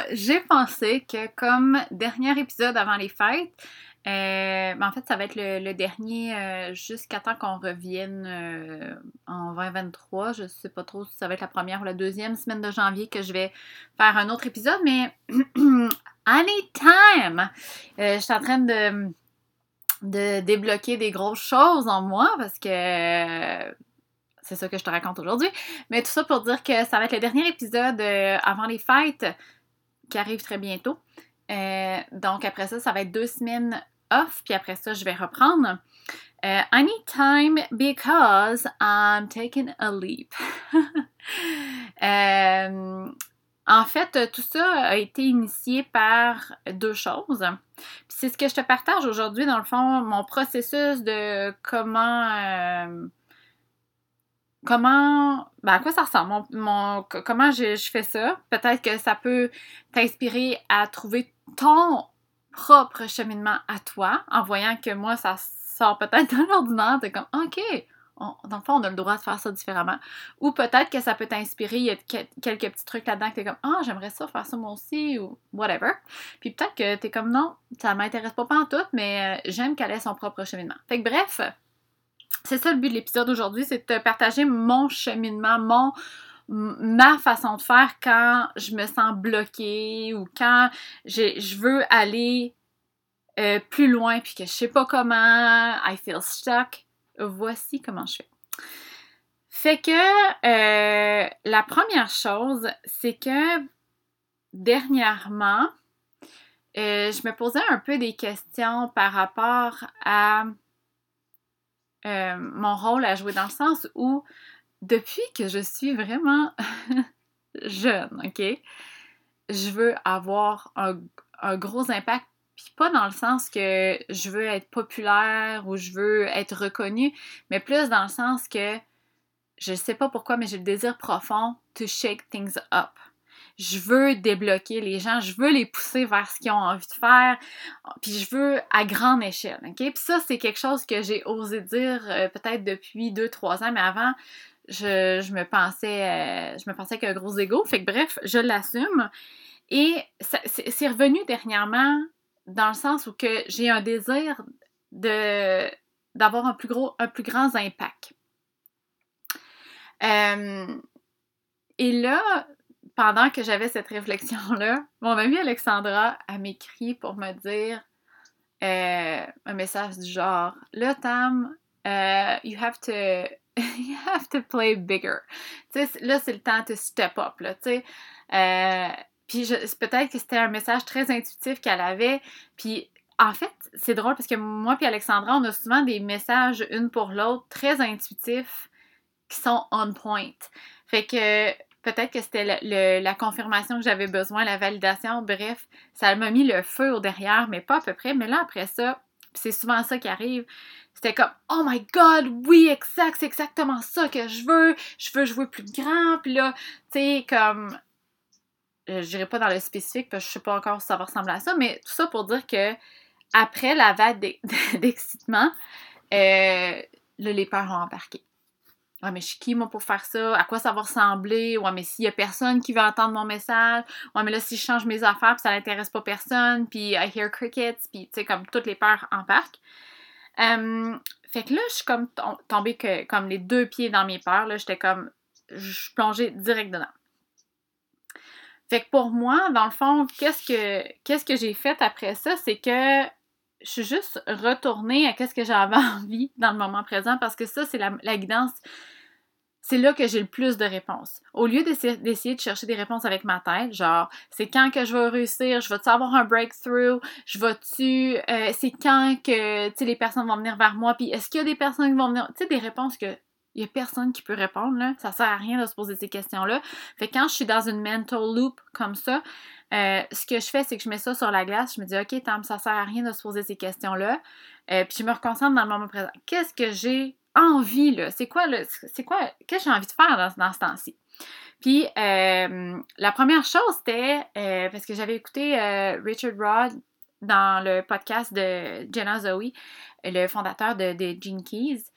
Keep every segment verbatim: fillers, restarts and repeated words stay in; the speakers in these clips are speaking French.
j'ai pensé que comme dernier épisode avant les fêtes, euh, ben en fait, ça va être le, le dernier euh, jusqu'à temps qu'on revienne euh, en vingt vingt-trois. Je sais pas trop si ça va être la première ou la deuxième semaine de janvier que je vais faire un autre épisode, mais anytime! Euh, je suis en train de, de débloquer des grosses choses en moi parce que euh, c'est ça que je te raconte aujourd'hui. Mais tout ça pour dire que ça va être le dernier épisode euh, avant les fêtes qui arrive très bientôt. Euh, donc après ça, ça va être deux semaines off, puis après ça, je vais reprendre. Euh, anytime because I'm taking a leap. euh, en fait, tout ça a été initié par deux choses. Puis c'est ce que je te partage aujourd'hui, dans le fond, mon processus de comment... Euh, Comment, ben à quoi ça ressemble? Mon, mon- comment je, je fais ça? Peut-être que ça peut t'inspirer à trouver ton propre cheminement à toi, en voyant que moi, ça sort peut-être de l'ordinaire. T'es comme, OK, on, dans le fond, on a le droit de faire ça différemment. Ou peut-être que ça peut t'inspirer, il y a que- quelques petits trucs là-dedans que t'es comme, ah, j'aimerais ça, faire ça moi aussi, ou whatever. Puis peut-être que t'es comme, non, ça m'intéresse pas pantoute, mais euh, j'aime qu'elle ait son propre cheminement. Fait que bref, c'est ça le but de l'épisode d'aujourd'hui, c'est de te partager mon cheminement, mon, ma façon de faire quand je me sens bloquée ou quand je veux aller euh, plus loin puis que je sais pas comment, I feel stuck. Voici comment je fais. Fait que euh, la première chose, c'est que dernièrement, euh, je me posais un peu des questions par rapport à Euh, mon rôle à jouer dans le sens où, depuis que je suis vraiment jeune, OK, je veux avoir un, un gros impact, puis pas dans le sens que je veux être populaire ou je veux être reconnue, mais plus dans le sens que je sais pas pourquoi, mais j'ai le désir profond to shake things up. Je veux débloquer les gens, je veux les pousser vers ce qu'ils ont envie de faire, puis je veux à grande échelle, OK? Puis ça, c'est quelque chose que j'ai osé dire euh, peut-être depuis deux trois ans, mais avant, je, je me pensais euh, je me pensais qu'un gros ego, fait que bref, je l'assume. Et ça, c'est, c'est revenu dernièrement dans le sens où que j'ai un désir de d'avoir un plus gros, un plus grand impact. Euh, et là, pendant que j'avais cette réflexion-là, mon amie Alexandra a m'écrit pour me dire euh, un message du genre là, Tam, uh, you have to you have to play bigger. Tu sais, là, c'est le temps de step up, là, tu sais. Euh, puis peut-être que c'était un message très intuitif qu'elle avait. Puis en fait, c'est drôle parce que moi et Alexandra, on a souvent des messages une pour l'autre très intuitifs qui sont on point. Fait que peut-être que c'était le, le, la confirmation que j'avais besoin, la validation, bref, ça m'a mis le feu au derrière, mais pas à peu près. Mais là, après ça, c'est souvent ça qui arrive, c'était comme « Oh my God, oui, exact, c'est exactement ça que je veux, je veux jouer plus grand. » Puis là, tu sais, comme, je dirais pas dans le spécifique, parce que je sais pas encore si ça va ressembler à ça, mais tout ça pour dire que après la vague d'excitement, euh, là, les peurs ont embarqué. Ouais, mais je suis qui, moi, pour faire ça? À quoi ça va ressembler? Ouais, mais s'il y a personne qui veut entendre mon message? Ouais, mais là, si je change mes affaires, puis ça n'intéresse pas personne, puis I hear crickets, puis tu sais, comme toutes les peurs embarquent. Euh, fait que là, je suis comme tom- tombée que, comme les deux pieds dans mes peurs, là, j'étais comme, je suis plongée direct dedans. Fait que pour moi, dans le fond, qu'est-ce que, qu'est-ce que j'ai fait après ça? C'est que je suis juste retournée à qu'est-ce que j'avais envie dans le moment présent, parce que ça, c'est la, la guidance. C'est là que j'ai le plus de réponses. Au lieu d'essayer, d'essayer de chercher des réponses avec ma tête, genre, c'est quand que je vais réussir, je vais-tu avoir un breakthrough, je vais-tu, euh, c'est quand que, tu sais, les personnes vont venir vers moi, puis est-ce qu'il y a des personnes qui vont venir, tu sais, des réponses que il y a personne qui peut répondre, là, ça sert à rien de se poser ces questions-là. Fait que quand je suis dans une mental loop comme ça, euh, ce que je fais, c'est que je mets ça sur la glace, je me dis, OK, Tam, ça sert à rien de se poser ces questions-là, euh, puis je me reconcentre dans le moment présent. Qu'est-ce que j'ai envie, là? C'est quoi, là? C'est quoi? Qu'est-ce que j'ai envie de faire dans, dans ce temps-ci? Puis, euh, la première chose, c'était, euh, parce que j'avais écouté euh, Richard Rod dans le podcast de Jenna Zoe, le fondateur de, de Gene Keys,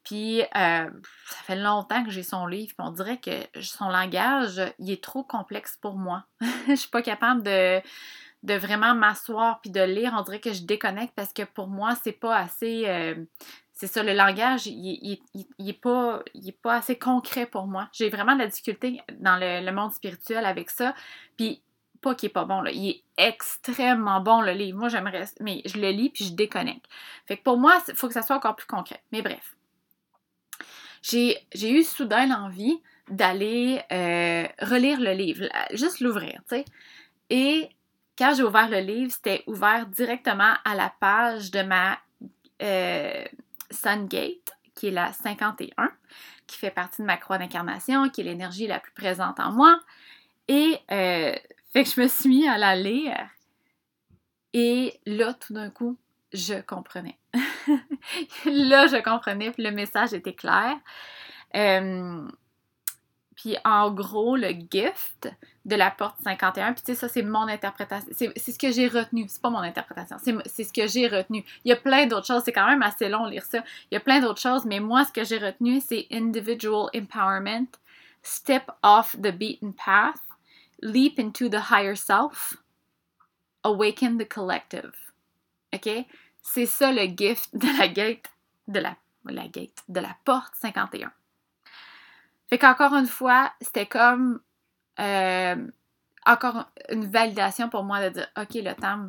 Puis, euh, ça fait longtemps que j'ai son livre, puis on dirait que son langage, il est trop complexe pour moi. Je suis pas capable de, de vraiment m'asseoir puis de lire. On dirait que je déconnecte parce que pour moi, c'est pas assez... Euh, c'est ça, le langage, il, il, il, il, est pas, il est pas assez concret pour moi. J'ai vraiment de la difficulté dans le, le monde spirituel avec ça. Puis, pas qu'il est pas bon, là. Il est extrêmement bon, le livre. Moi, j'aimerais... Mais je le lis, puis je déconnecte. Fait que pour moi, il faut que ça soit encore plus concret. Mais bref. J'ai, j'ai eu soudain l'envie d'aller euh, relire le livre, juste l'ouvrir, tu sais. Et quand j'ai ouvert le livre, c'était ouvert directement à la page de ma euh, Sungate, qui est la cinquante et un, qui fait partie de ma croix d'incarnation, qui est l'énergie la plus présente en moi. Et euh, fait que je me suis mis à la lire. Et là, tout d'un coup, je comprenais. Là, je comprenais, puis le message était clair. Euh, puis en gros, le gift de la porte cinquante et un, puis tu sais, ça, c'est mon interprétation. C'est, c'est ce que j'ai retenu. C'est pas mon interprétation, c'est, c'est ce que j'ai retenu. Il y a plein d'autres choses. C'est quand même assez long lire ça. Il y a plein d'autres choses, mais moi, ce que j'ai retenu, c'est individual empowerment, step off the beaten path, leap into the higher self, awaken the collective. OK? C'est ça le gift de la gate, de la, la gate, de la porte cinquante et un. Fait qu'encore une fois, c'était comme euh, encore une validation pour moi de dire, OK, le temps,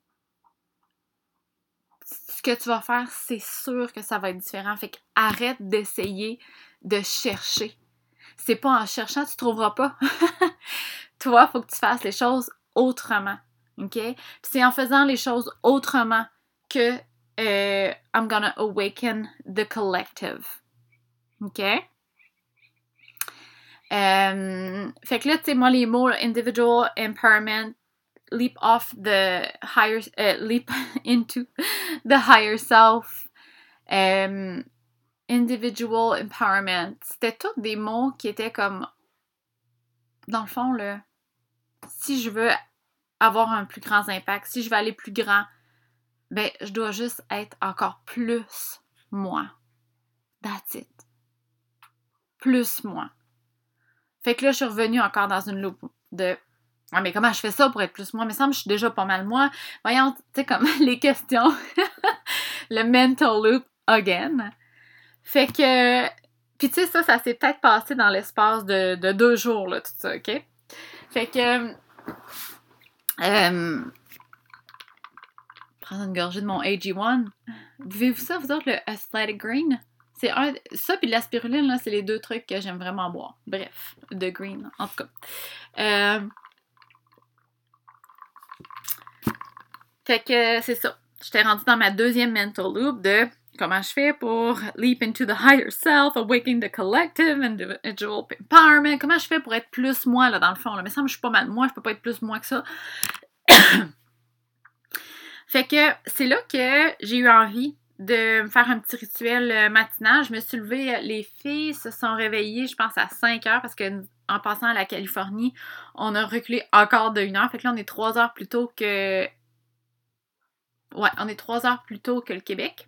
ce que tu vas faire, c'est sûr que ça va être différent. Fait qu'arrête d'essayer de chercher. C'est pas en cherchant, tu trouveras pas. Toi, il faut que tu fasses les choses autrement. OK? Puis c'est en faisant les choses autrement que euh, I'm gonna awaken the collective. OK? Euh, fait que là, tu sais, moi, les mots, là, individual empowerment, leap off the higher, uh, leap into the higher self, um, individual empowerment, c'était tous des mots qui étaient comme, dans le fond, là, si je veux avoir un plus grand impact, si je veux aller plus grand, ben, je dois juste être encore plus moi. That's it. Plus moi. Fait que là, je suis revenue encore dans une loupe de « Ah, mais comment je fais ça pour être plus moi? Mais ça me semble que je suis déjà pas mal moi. » Voyons, tu sais, comme les questions. Le mental loop again. Fait que... Puis tu sais, ça, ça s'est peut-être passé dans l'espace de, de deux jours, là, tout ça, OK? Fait que... Euh, prendre une gorgée de mon A G un. Buvez-vous ça, vous autres, le Athletic Green? C'est un... Ça, puis la spiruline, là, c'est les deux trucs que j'aime vraiment boire. Bref, de green, en tout cas. Euh... Fait que c'est ça. J'étais rendue dans ma deuxième mental loop de comment je fais pour leap into the higher self, awaken the collective, individual empowerment. Comment je fais pour être plus moi, là, dans le fond. Là. Mais ça me semble que je suis pas mal moi, je peux pas être plus moi que ça. Fait que c'est là que j'ai eu envie de me faire un petit rituel matinal. Je me suis levée, les filles se sont réveillées, je pense, à cinq heures, parce que en passant à la Californie, on a reculé encore de une heure. Fait que là, on est trois heures plus tôt que... Ouais, on est trois heures plus tôt que le Québec.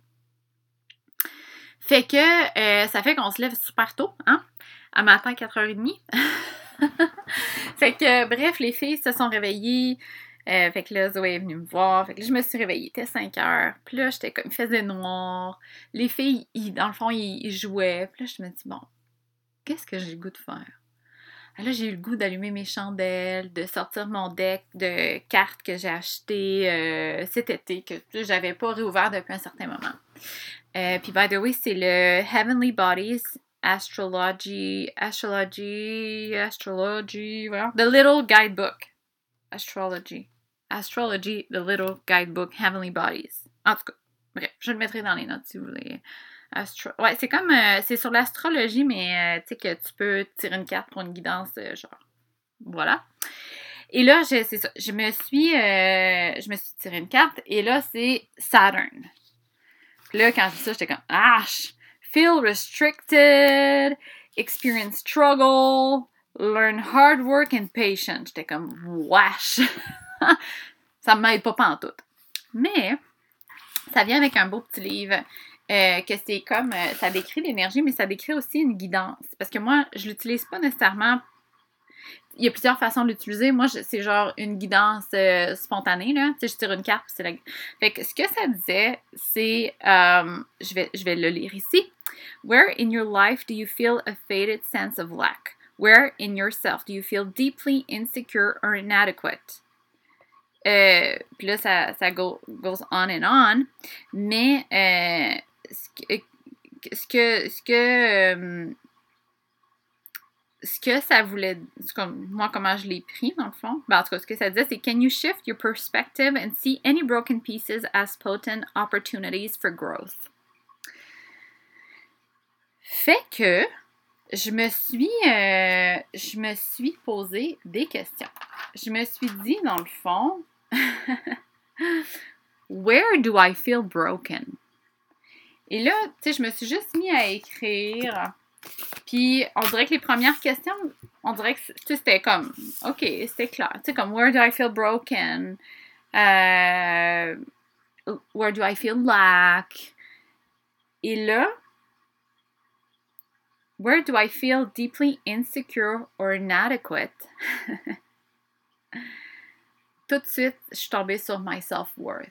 Fait que euh, ça fait qu'on se lève super tôt, hein? À matin, quatre heures trente. Fait que, bref, les filles se sont réveillées. Euh, fait que là, Zoé est venue me voir. Fait que là, je me suis réveillée. Il était cinq heures. Puis là, j'étais comme, il faisait noir. Les filles, ils, dans le fond, ils, ils jouaient. Puis là, je me dis, bon, qu'est-ce que j'ai le goût de faire? Là, j'ai eu le goût d'allumer mes chandelles, de sortir mon deck de cartes que j'ai acheté euh, cet été, que j'avais pas réouvert depuis un certain moment. Euh, Puis, by the way, c'est le Heavenly Bodies Astrology, Astrology, Astrology, voilà. The Little Guidebook. Astrology. Astrology, The Little Guidebook, Heavenly Bodies. En tout cas, bref, je le mettrai dans les notes si vous voulez. Astro... Ouais, c'est comme... Euh, c'est sur l'astrologie, mais euh, tu sais que tu peux tirer une carte pour une guidance, euh, genre... Voilà. Et là, je, c'est ça. Je me suis... Euh, je me suis tiré une carte, et là, c'est Saturn. Là, quand je dis ça, j'étais comme... Ah! Feel restricted, experience struggle, learn hard work and patience. J'étais comme... Wesh! Ça m'aide pas pantoute. Mais, ça vient avec un beau petit livre... euh, que c'est comme, euh, ça décrit l'énergie, mais ça décrit aussi une guidance. Parce que moi, je l'utilise pas nécessairement. Il y a plusieurs façons de l'utiliser. Moi, je, c'est genre une guidance euh, spontanée, là. Tu sais, je tire une carte, puis c'est la... Fait que ce que ça disait, c'est... Euh, je, vais, je vais le lire ici. Where in your life do you feel a faded sense of lack? Where in yourself do you feel deeply insecure or inadequate? Euh, puis là, ça, ça go, goes on and on. Mais euh, ce que... Ce que, ce que euh, ce que ça voulait, comme moi, comment je l'ai pris, dans le fond, ben, en tout cas, ce que ça disait, c'est « Can you shift your perspective and see any broken pieces as potent opportunities for growth? » Fait que je me suis, euh, je me suis posé des questions. Je me suis dit, dans le fond, « Where do I feel broken? » Et là, tu sais, je me suis juste mis à écrire... Puis, on dirait que les premières questions, on dirait que c'était comme, OK, c'était clair. Tu sais, comme, where do I feel broken? Euh, where do I feel lack? Et là, where do I feel deeply insecure or inadequate? Tout de suite, je suis tombée sur my self-worth.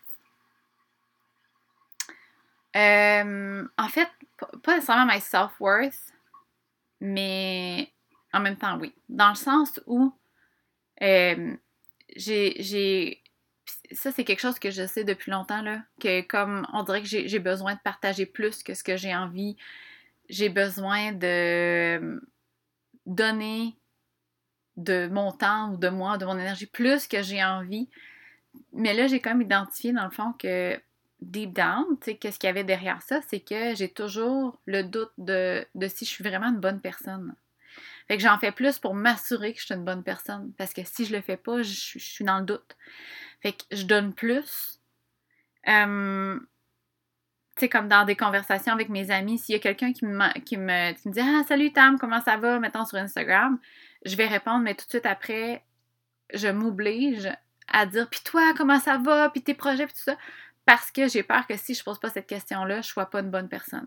Euh, en fait, pas nécessairement my self-worth, mais en même temps, oui. Dans le sens où euh, j'ai, j'ai... Ça, c'est quelque chose que je sais depuis longtemps, là. Que comme on dirait que j'ai, j'ai besoin de partager plus que ce que j'ai envie. J'ai besoin de donner de mon temps ou de moi, de mon énergie, plus que j'ai envie. Mais là, j'ai comme identifié, dans le fond, que deep down, tu sais, qu'est-ce qu'il y avait derrière ça, c'est que j'ai toujours le doute de, de si je suis vraiment une bonne personne. Fait que j'en fais plus pour m'assurer que je suis une bonne personne. Parce que si je le fais pas, je, je suis dans le doute. Fait que je donne plus. Euh, tu sais, comme dans des conversations avec mes amis, s'il y a quelqu'un qui me, qui me, qui me dit « Ah, salut Tam, comment ça va? » Mettons sur Instagram, je vais répondre, mais tout de suite après, je m'oblige à dire « Puis toi, comment ça va? Puis tes projets, puis tout ça. » Parce que j'ai peur que si je pose pas cette question-là, je sois pas une bonne personne.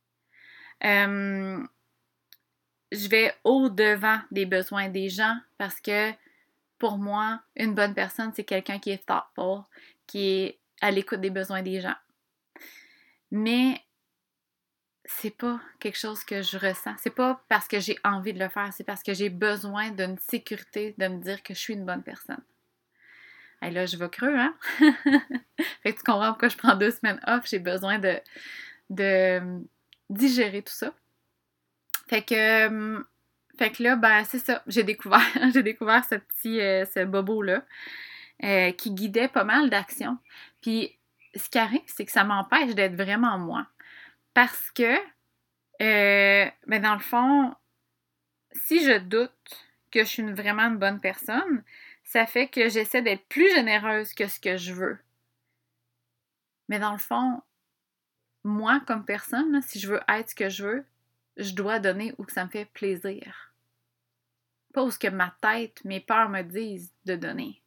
Euh, je vais au-devant des besoins des gens parce que pour moi, une bonne personne, c'est quelqu'un qui est thoughtful, qui est à l'écoute des besoins des gens. Mais c'est pas quelque chose que je ressens. C'est pas parce que j'ai envie de le faire, c'est parce que j'ai besoin d'une sécurité de me dire que je suis une bonne personne. Et là, je vais creux, hein? Fait que tu comprends pourquoi je prends deux semaines off. J'ai besoin de, de digérer tout ça. Fait que, fait que là, ben, c'est ça. J'ai découvert, j'ai découvert ce petit, euh, ce bobo-là euh, qui guidait pas mal d'actions. Puis, ce qui arrive, c'est que ça m'empêche d'être vraiment moi. Parce que, euh, ben, dans le fond, si je doute que je suis une, vraiment une bonne personne, ça fait que j'essaie d'être plus généreuse que ce que je veux. Mais dans le fond, moi, comme personne, là, si je veux être ce que je veux, je dois donner où que ça me fait plaisir. Pas où ce que ma tête, mes peurs me disent de donner.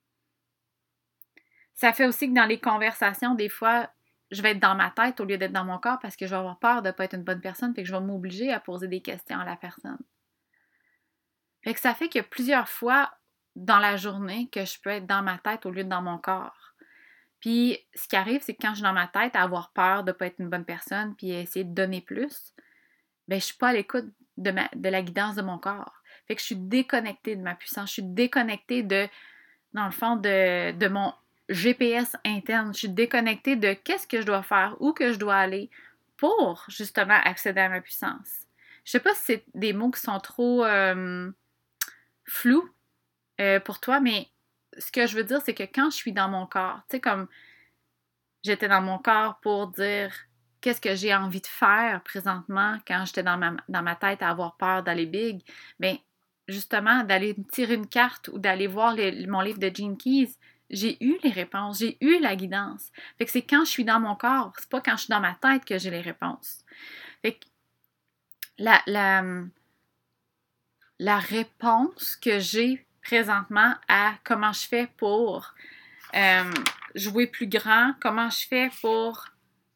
Ça fait aussi que dans les conversations, des fois, je vais être dans ma tête au lieu d'être dans mon corps parce que je vais avoir peur de ne pas être une bonne personne, fait que je vais m'obliger à poser des questions à la personne. Fait que ça fait qu'il y a plusieurs fois dans la journée que je peux être dans ma tête au lieu de dans mon corps. Puis, ce qui arrive, c'est que quand je suis dans ma tête à avoir peur de ne pas être une bonne personne puis à essayer de donner plus, ben je suis pas à l'écoute de, ma, de la guidance de mon corps. Fait que je suis déconnectée de ma puissance. Je suis déconnectée de, dans le fond, de, de mon G P S interne. Je suis déconnectée de qu'est-ce que je dois faire, où que je dois aller pour, justement, accéder à ma puissance. Je sais pas si c'est des mots qui sont trop euh, flous euh, pour toi, mais ce que je veux dire, c'est que quand je suis dans mon corps, tu sais, comme j'étais dans mon corps pour dire qu'est-ce que j'ai envie de faire présentement quand j'étais dans ma, dans ma tête à avoir peur d'aller big, bien, justement, d'aller tirer une carte ou d'aller voir les, mon livre de Gene Keys, j'ai eu les réponses, j'ai eu la guidance. Fait que c'est quand je suis dans mon corps, c'est pas quand je suis dans ma tête que j'ai les réponses. Fait que la, la, la réponse que j'ai présentement à comment je fais pour euh, jouer plus grand, comment je fais pour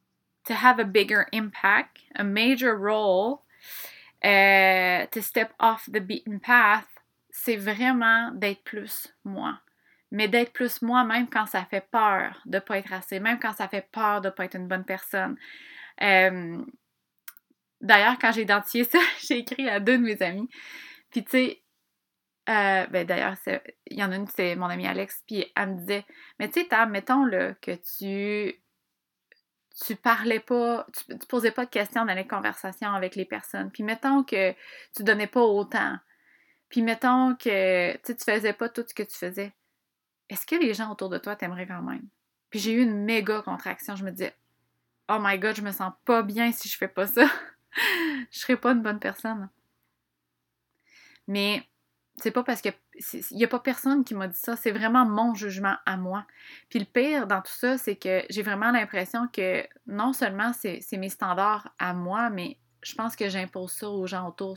to have a bigger impact, a major role, uh, to step off the beaten path, c'est vraiment d'être plus moi. Mais d'être plus moi, même quand ça fait peur de ne pas être assez, même quand ça fait peur de ne pas être une bonne personne. Euh, d'ailleurs, quand j'ai identifié ça, j'ai écrit à deux de mes amis. Puis tu sais, euh, ben d'ailleurs, il y en a une, c'est mon amie Alex, puis elle me disait, mais tu sais, Tam, mettons là, que tu tu parlais pas, tu, tu posais pas de questions dans les conversations avec les personnes, puis mettons que tu donnais pas autant, puis mettons que tu faisais pas tout ce que tu faisais, est-ce que les gens autour de toi t'aimeraient quand même? Puis j'ai eu une méga contraction, je me disais, oh my god, je me sens pas bien si je fais pas ça, je serais pas une bonne personne. Mais c'est pas parce que il y a pas personne qui m'a dit ça, c'est vraiment mon jugement à moi. Puis le pire dans tout ça, c'est que j'ai vraiment l'impression que non seulement c'est, c'est mes standards à moi, mais je pense que j'impose ça aux gens autour,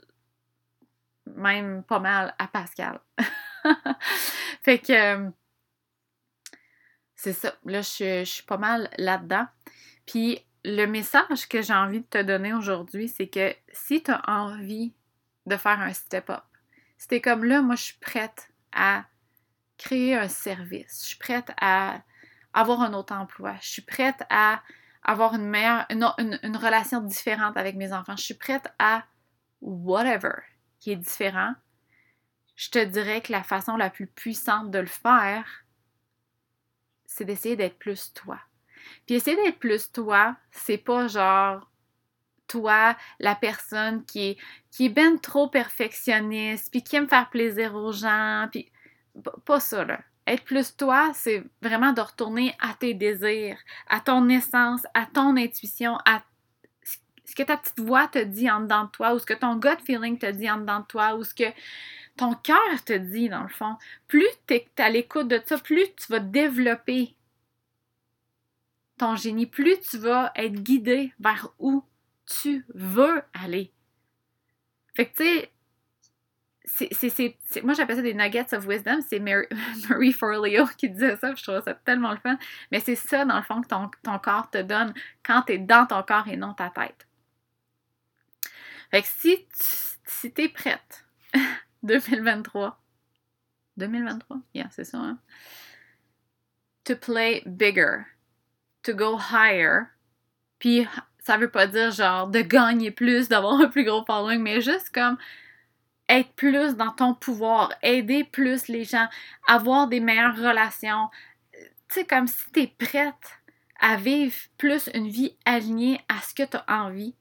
même pas mal à Pascal. Fait que c'est ça, là je, je suis pas mal là-dedans. Puis le message que j'ai envie de te donner aujourd'hui, c'est que si tu as envie de faire un step-up, si t'es comme là, moi je suis prête à créer un service, je suis prête à avoir un autre emploi, je suis prête à avoir une meilleure, une, une, une relation différente avec mes enfants, je suis prête à whatever qui est différent, je te dirais que la façon la plus puissante de le faire, c'est d'essayer d'être plus toi. Puis essayer d'être plus toi, c'est pas genre toi, la personne qui est, qui est ben trop perfectionniste, puis qui aime faire plaisir aux gens, puis pas ça, là. Être plus toi, c'est vraiment de retourner à tes désirs, à ton essence, à ton intuition, à ce que ta petite voix te dit en dedans de toi, ou ce que ton gut feeling te dit en dedans de toi, ou ce que ton cœur te dit, dans le fond. Plus tu es à l'écoute de ça, plus tu vas développer ton génie, plus tu vas être guidé vers où tu veux aller. Fait que, tu sais, c'est, c'est, c'est, c'est, moi j'appelle ça des nuggets of wisdom, c'est Mary, Marie Forleo qui disait ça, puis je trouvais ça tellement le fun, mais c'est ça dans le fond que ton, ton corps te donne quand t'es dans ton corps et non ta tête. Fait que si, tu, si t'es prête, deux mille vingt-trois, deux mille vingt-trois, yeah, c'est ça, hein? To play bigger, to go higher, puis ça veut pas dire genre de gagner plus, d'avoir un plus gros following, mais juste comme être plus dans ton pouvoir, aider plus les gens, avoir des meilleures relations. Tu sais, comme si t'es prête à vivre plus une vie alignée à ce que t'as envie.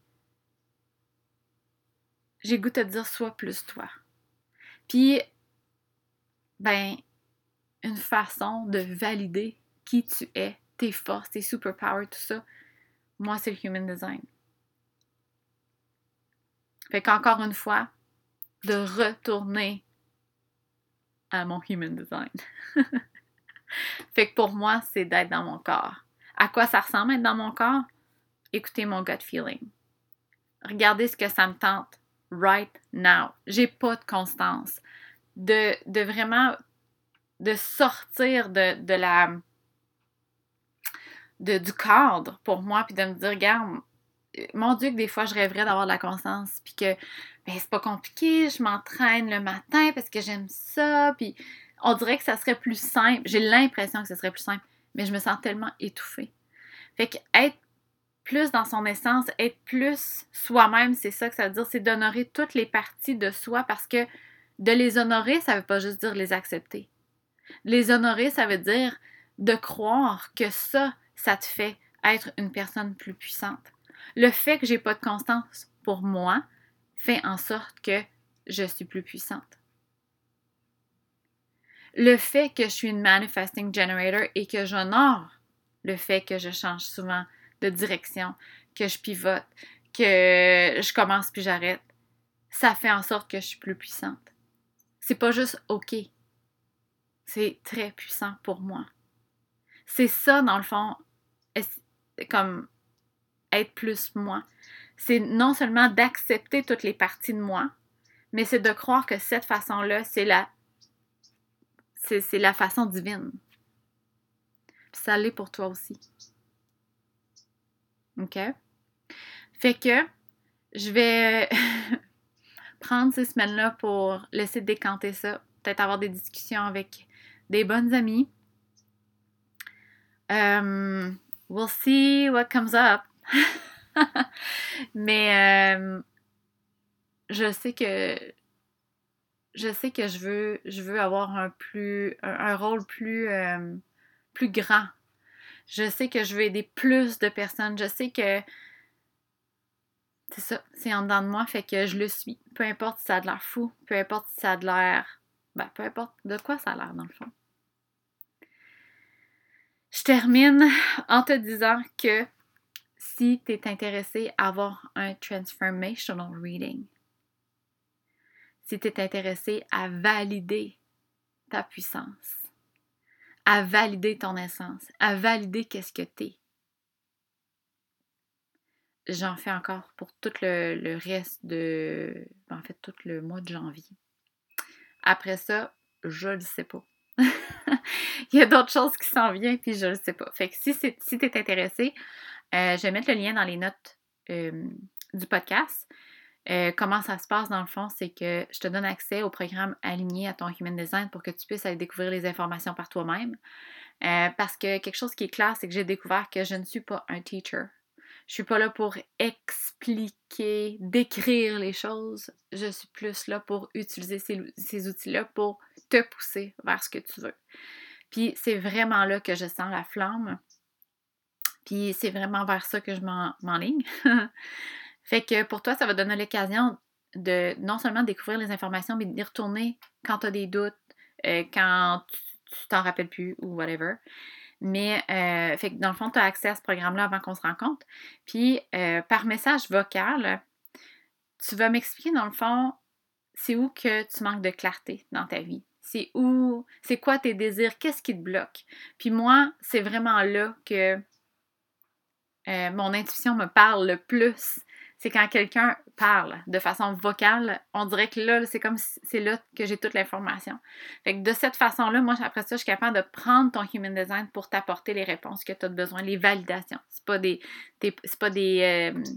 J'ai goût de te dire, sois plus toi. Puis, ben, une façon de valider qui tu es, tes forces, tes superpowers, tout ça, moi, c'est le Human Design. Fait qu'encore une fois, de retourner à mon Human Design. Fait que pour moi, c'est d'être dans mon corps. À quoi ça ressemble être dans mon corps? Écoutez mon gut feeling. Regardez ce que ça me tente right now. J'ai pas de constance. De, de vraiment de sortir de, de la de, du cadre pour moi puis de me dire, regarde, mon Dieu que des fois je rêverais d'avoir de la constance puis que ben, c'est pas compliqué, je m'entraîne le matin parce que j'aime ça puis on dirait que ça serait plus simple. J'ai l'impression que ce serait plus simple, mais je me sens tellement étouffée. Fait que être plus dans son essence, être plus soi-même, c'est ça que ça veut dire, c'est d'honorer toutes les parties de soi parce que de les honorer, ça veut pas juste dire les accepter. Les honorer, ça veut dire de croire que ça, ça te fait être une personne plus puissante. Le fait que j'ai pas de constance pour moi fait en sorte que je suis plus puissante. Le fait que je suis une manifesting generator et que j'honore le fait que je change souvent de direction, que je pivote, que je commence puis j'arrête, ça fait en sorte que je suis plus puissante. C'est pas juste OK. C'est très puissant pour moi. C'est ça, dans le fond, comme être plus moi. C'est non seulement d'accepter toutes les parties de moi, mais c'est de croire que cette façon-là, c'est la C'est, c'est la façon divine. Puis ça l'est pour toi aussi. OK? Fait que je vais prendre ces semaines-là pour laisser décanter ça. Peut-être avoir des discussions avec des bonnes amies. Um, we'll see what comes up. Mais euh, je sais que je sais que je veux je veux avoir un plus un, un rôle plus euh, plus grand. Je sais que je veux aider plus de personnes. Je sais que c'est ça, c'est en dedans de moi, fait que je le suis. Peu importe si ça a de l'air fou, peu importe si ça a de l'air... Ben, peu importe de quoi ça a l'air, dans le fond. Je termine en te disant que si tu es intéressé à avoir un transformational reading, si tu es intéressé à valider ta puissance, à valider ton essence, à valider qu'est-ce que tu es, j'en fais encore pour tout le, le reste de... En fait, tout le mois de janvier. Après ça, je le sais pas. Il y a d'autres choses qui s'en viennent, puis je le sais pas. Fait que si, c'est, si tu es intéressé, euh, je vais mettre le lien dans les notes euh, du podcast. Euh, comment ça se passe dans le fond, c'est que je te donne accès au programme aligné à ton Human Design pour que tu puisses aller découvrir les informations par toi-même. Euh, parce que quelque chose qui est clair, c'est que j'ai découvert que je ne suis pas un teacher. Je suis pas là pour expliquer, décrire les choses. Je suis plus là pour utiliser ces, ces outils-là pour te pousser vers ce que tu veux. Puis c'est vraiment là que je sens la flamme. Puis c'est vraiment vers ça que je m'en, m'enligne. Fait que pour toi, ça va donner l'occasion de non seulement découvrir les informations, mais d'y retourner quand tu as des doutes, euh, quand tu, tu t'en rappelles plus ou whatever. Mais, euh, fait que dans le fond, tu as accès à ce programme-là avant qu'on se rencontre. Puis, euh, par message vocal, tu vas m'expliquer, dans le fond, c'est où que tu manques de clarté dans ta vie. C'est où, c'est quoi tes désirs, qu'est-ce qui te bloque. Puis moi, c'est vraiment là que euh, mon intuition me parle le plus. C'est quand quelqu'un parle de façon vocale, on dirait que là, c'est comme si c'est là que j'ai toute l'information. Fait que de cette façon-là, moi, après ça, je suis capable de prendre ton Human Design pour t'apporter les réponses que tu as besoin, les validations. C'est pas des, des c'est pas des, euh,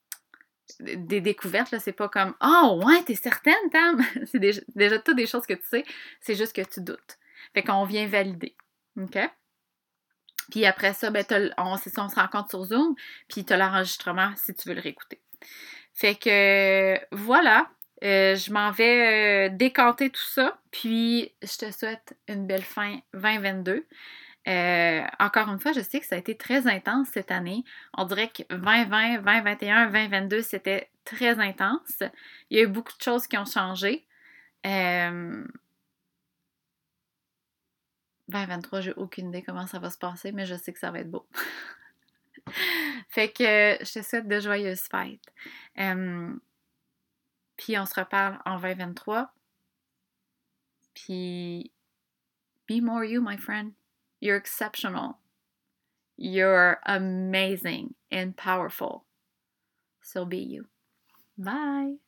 des découvertes, là. C'est pas comme « Oh, ouais, t'es certaine, Tam? » C'est déjà, déjà toutes des choses que tu sais, c'est juste que tu doutes. Fait qu'on vient valider. OK? Puis après ça, ben, on, c'est ça, on se rencontre sur Zoom, puis tu as l'enregistrement si tu veux le réécouter. Fait que voilà, euh, je m'en vais euh, décanter tout ça, puis je te souhaite une belle fin vingt vingt-deux. Euh, encore une fois, je sais que ça a été très intense cette année. On dirait que vingt vingt, vingt vingt et un, vingt vingt-deux, c'était très intense. Il y a eu beaucoup de choses qui ont changé. Euh, vingt vingt-trois, j'ai aucune idée comment ça va se passer, mais je sais que ça va être beau. Fait que je te souhaite de joyeuses fêtes. Um, puis on se reparle en vingt vingt-trois. Puis be more you, my friend. You're exceptional. You're amazing and powerful. So be you. Bye!